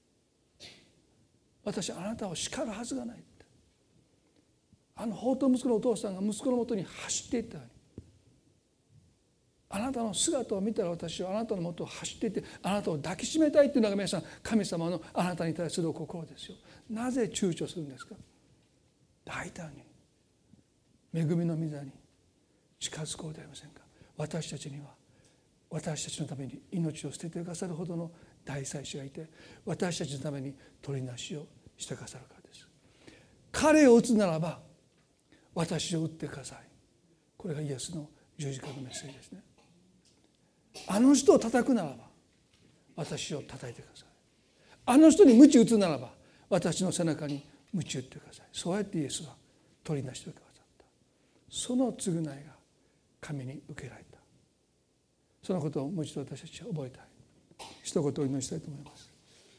私はあなたを叱るはずがない。あの放蕩息子のお父さんが息子のもとに走っていったように、あなたの姿を見たら私はあなたのもとを走っていってあなたを抱きしめたいというのが皆さん、神様のあなたに対する心ですよ。なぜ躊躇するんですか。大胆に恵みの御座に近づこうではありませんか。私たちには私たちのために命を捨ててくださるほどの大祭司がいて、私たちのために取りなしをしてくださるからです。彼を撃つならば私を撃ってください。これがイエスの十字架のメッセージですね。あの人を叩くならば私を叩いてください。あの人に鞭打つならば私の背中に鞭打ってください。そうやってイエスは取りなしてくださった。その償いが神に受けられた。そのことをもう一度私たちは覚えたい。一言お祈りしたいと思います。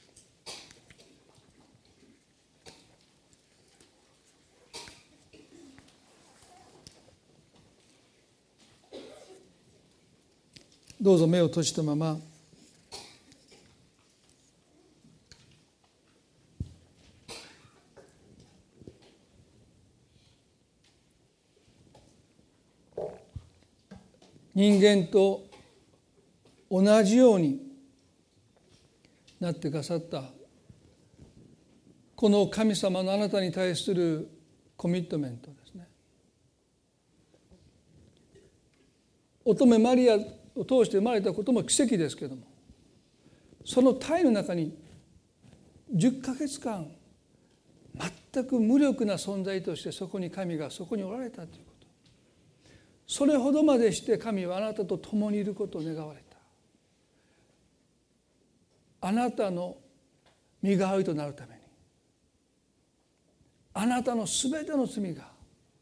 どうぞ目を閉じたまま人間と同じようになってくださったこの神様のあなたに対するコミットメントですね。乙女マリアを通して生まれたことも奇跡ですけども、その胎の中に10ヶ月間全く無力な存在としてそこに神がそこにおられたということ、それほどまでして神はあなたと共にいることを願われた。あなたの身代わりとなるために、あなたのすべての罪が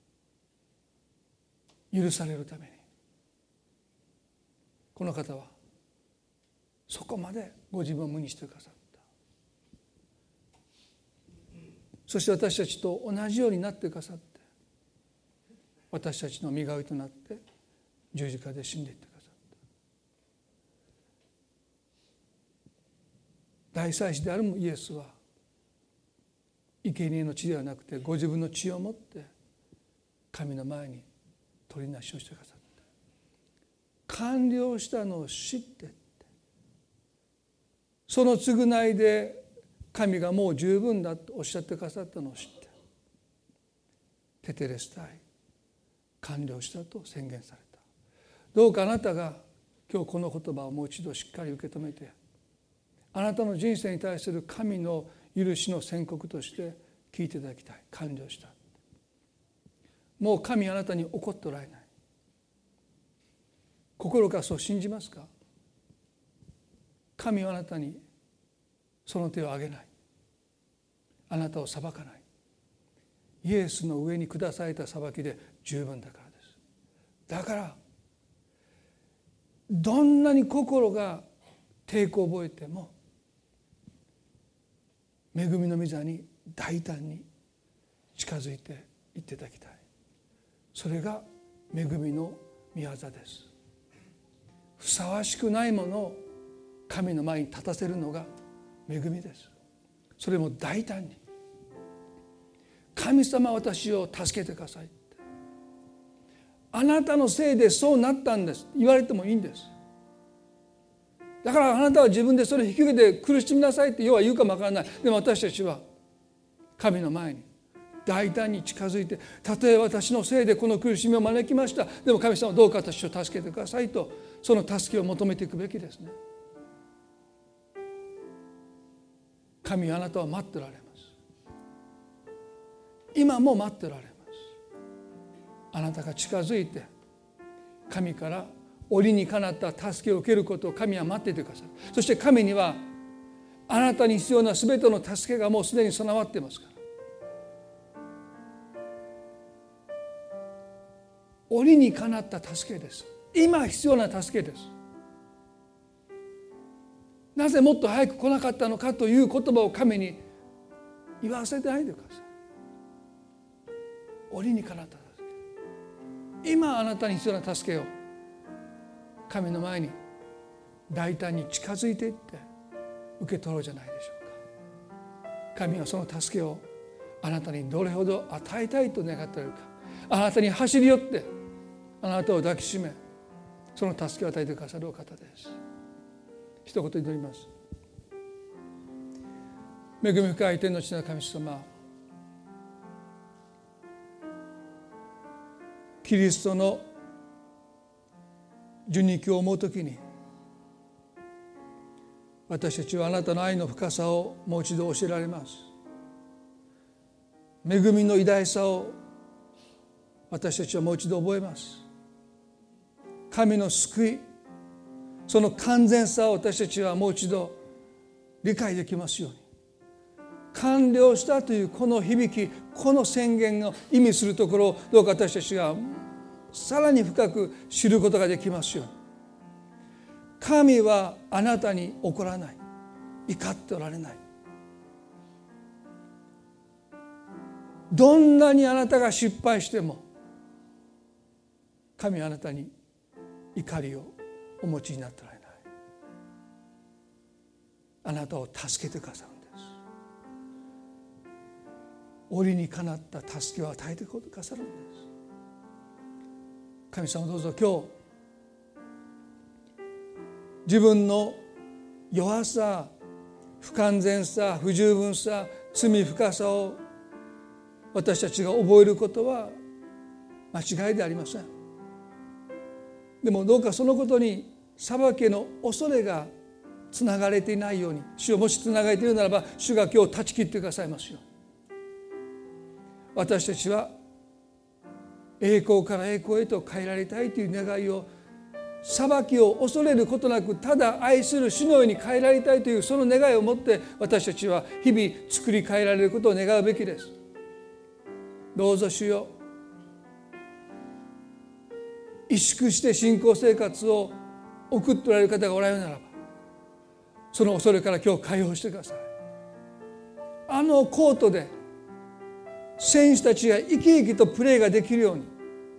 許されるために、この方はそこまでご自分を無にしてくださった。そして私たちと同じようになってくださって、私たちの身代わりとなって十字架で死んでいってくださった。大祭司であるイエスは生贄の血ではなくてご自分の血をもって神の前に取りなしをしてくださった。完了したのを知って、その償いで神がもう十分だとおっしゃってくださったのを知って、テテレスタイ、完了したと宣言された。どうかあなたが今日この言葉をもう一度しっかり受け止めて、あなたの人生に対する神の許しの宣告として聞いていただきたい。完了した。もう神あなたに怒っておられない。心からそう信じますか？神はあなたにその手を挙げない。あなたを裁かない。イエスの上に下された裁きで十分だからです。だからどんなに心が抵抗を覚えても、恵みの御座に大胆に近づいていっていただきたい。それが恵みの御業です。ふさわしくないものを神の前に立たせるのが恵みです。それも大胆に、神様私を助けてくださいって、あなたのせいでそうなったんです言われてもいいんです。だからあなたは自分でそれを引き受けて苦しみなさいって要は言うかもわからない。でも私たちは神の前に大胆に近づいて、たとえ私のせいでこの苦しみを招きました、でも神様どうか私を助けてくださいと、その助けを求めていくべきですね。神はあなたは待っておられます。今も待っておられます。あなたが近づいて神から折にかなった助けを受けることを神は待っていてくださる。そして神にはあなたに必要なすべての助けがもうすでに備わっていますから、折にかなった助けです。今必要な助けです。なぜもっと早く来なかったのかという言葉を神に言わせてないでください。折にかなった助け、今あなたに必要な助けを神の前に大胆に近づいていって受け取ろうじゃないでしょうか。神はその助けをあなたにどれほど与えたいと願っているか。あなたに走り寄ってあなたを抱きしめ、その助けを与えてくださるお方です。一言祈ります。恵み深い天の父なる神様、キリストの受肉を思うときに、私たちはあなたの愛の深さをもう一度教えられます。恵みの偉大さを私たちはもう一度覚えます。神の救い、その完全さを私たちはもう一度理解できますように。完了したというこの響き、この宣言の意味するところをどうか私たちがさらに深く知ることができますように。神はあなたに怒らない、怒っておられない。どんなにあなたが失敗しても神はあなたに怒りをお持ちになっておられない。あなたを助けてくださるんです。折にかなった助けを与えてくださるんです。神様どうぞ今日自分の弱さ、不完全さ、不十分さ、 罪深さを私たちが覚えることは間違いでありません。でもどうかそのことに裁きへの恐れがつながれていないように、主をもしつながれているならば、主が今日断ち切ってくださいますよ。私たちは栄光から栄光へと変えられたいという願いを、裁きを恐れることなくただ愛する主のように変えられたいというその願いを持って、私たちは日々作り変えられることを願うべきです。どうぞ主よ、萎縮して信仰生活を送っておられる方がおられるならば、その恐れから今日解放してください。あのコートで選手たちが生き生きとプレーができるように、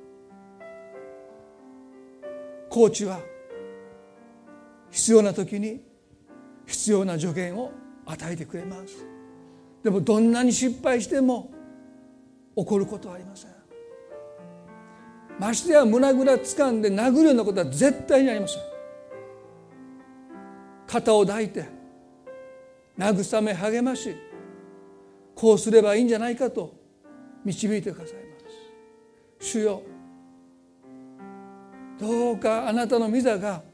コーチは必要な時に必要な助言を与えてくれます。でもどんなに失敗しても怒ることはありません。ましてや胸ぐら掴んで殴るようなことは絶対にありません。肩を抱いて慰め励まし、こうすればいいんじゃないかと導いてくださいます。主よ、どうかあなたの御座が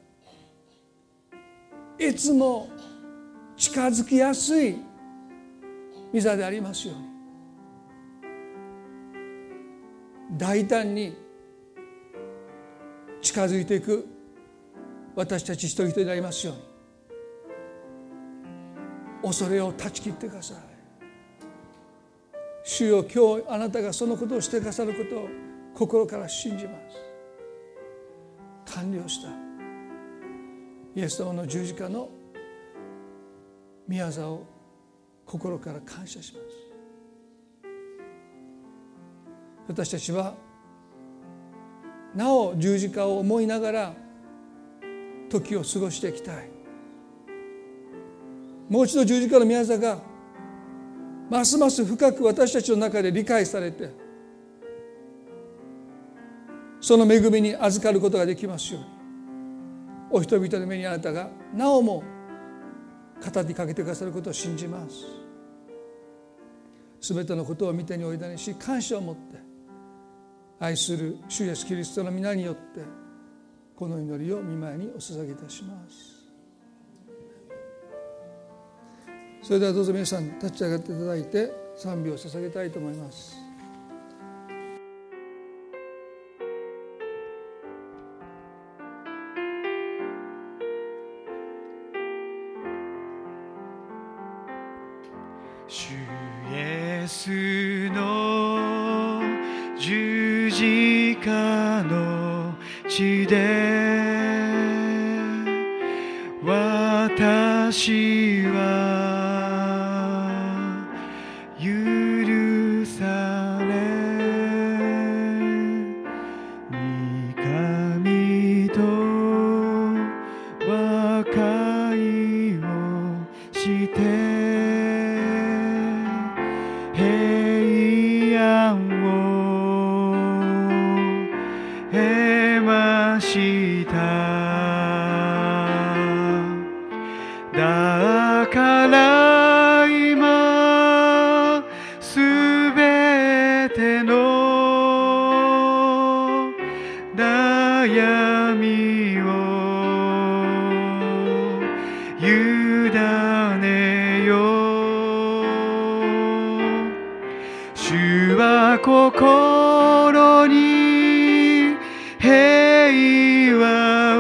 いつも近づきやすい御座でありますように、大胆に近づいていく私たち一人一人でありますように、恐れを断ち切ってください。主よ、今日あなたがそのことをしてくださることを心から信じます。完了したイエス様の十字架の御業を心から感謝します。私たちはなお十字架を思いながら時を過ごしていきたい。もう一度十字架の御業がますます深く私たちの中で理解されて、その恵みに預かることができますように、お人々の目にあなたがなおも語りかけてくださることを信じます。すべてのことを御手にお委ねし、感謝を持って愛する主イエスキリストの皆によってこの祈りを御前にお捧げいたします。それではどうぞ皆さん立ち上がっていただいて賛美を捧げたいと思います。 主イエスの十字架の地で私は許され、御神と和解をして平安を得ました。だから今すべての悩みを委ねよう。主は心に平和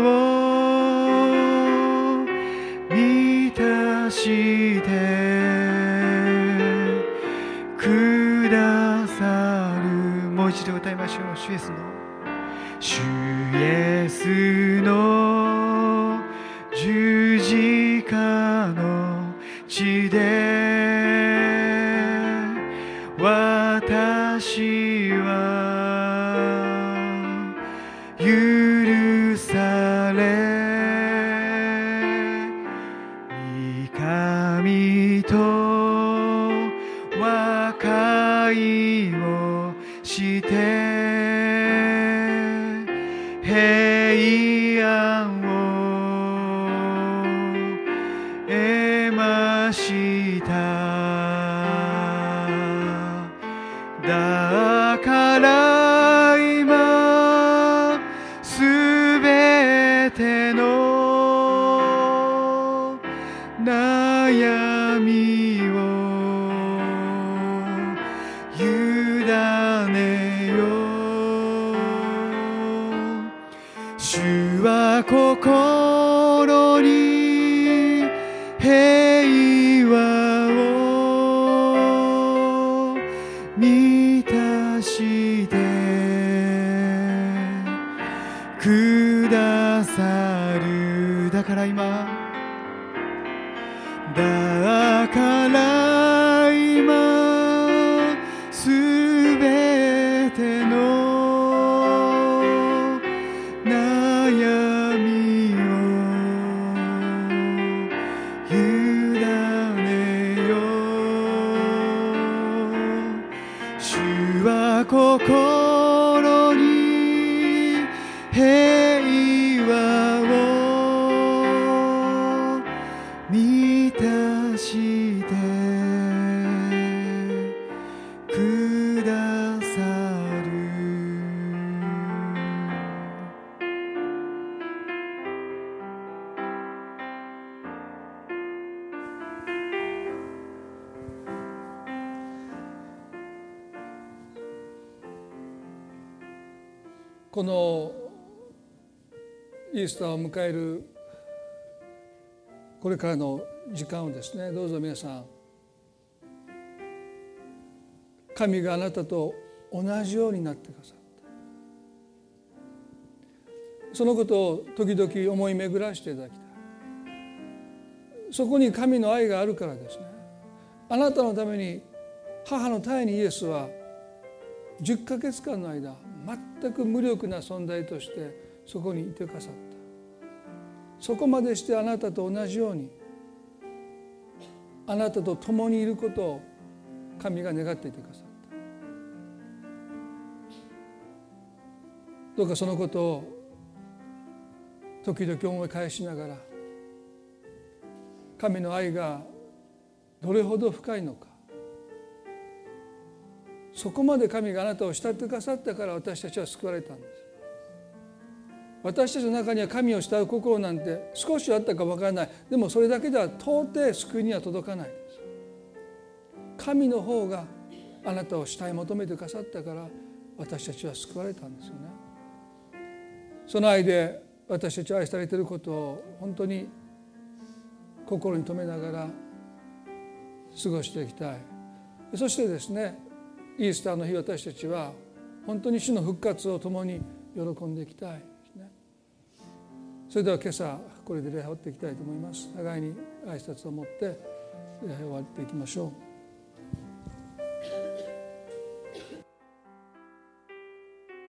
を満たしてくださる。もう一度歌いましょう。主イエスの十字架の地で私は許され、御神と和解をして平安を得ました。 が心に平和を満たしてくださる。 このイースターを迎えるこれからの時間をですね、どうぞ皆さん、神があなたと同じようになってくださった、そのことを時々思い巡らしていただきたい。そこに神の愛があるからですね、あなたのために母の胎にイエスは10ヶ月間の間全く無力な存在としてそこにいてくださった。そこまでしてあなたと同じように、あなたと共にいることを神が願っていてくださった。どうかそのことを時々思い返しながら、神の愛がどれほど深いのか、そこまで神があなたを慕ってくださったから私たちは救われたんです。私たちの中には神を慕う心なんて少しあったか分からない。でもそれだけでは到底救いには届かないです。神の方があなたを慕い求めてくださったから私たちは救われたんですよね。その愛で私たちは愛されていることを本当に心に留めながら過ごしていきたい。そしてですね、イースターの日、私たちは本当に主の復活を共に喜んでいきたいですね。それでは今朝これで礼拝を終わっていきたいと思います。互いに挨拶を持って礼拝を終わっていきましょう。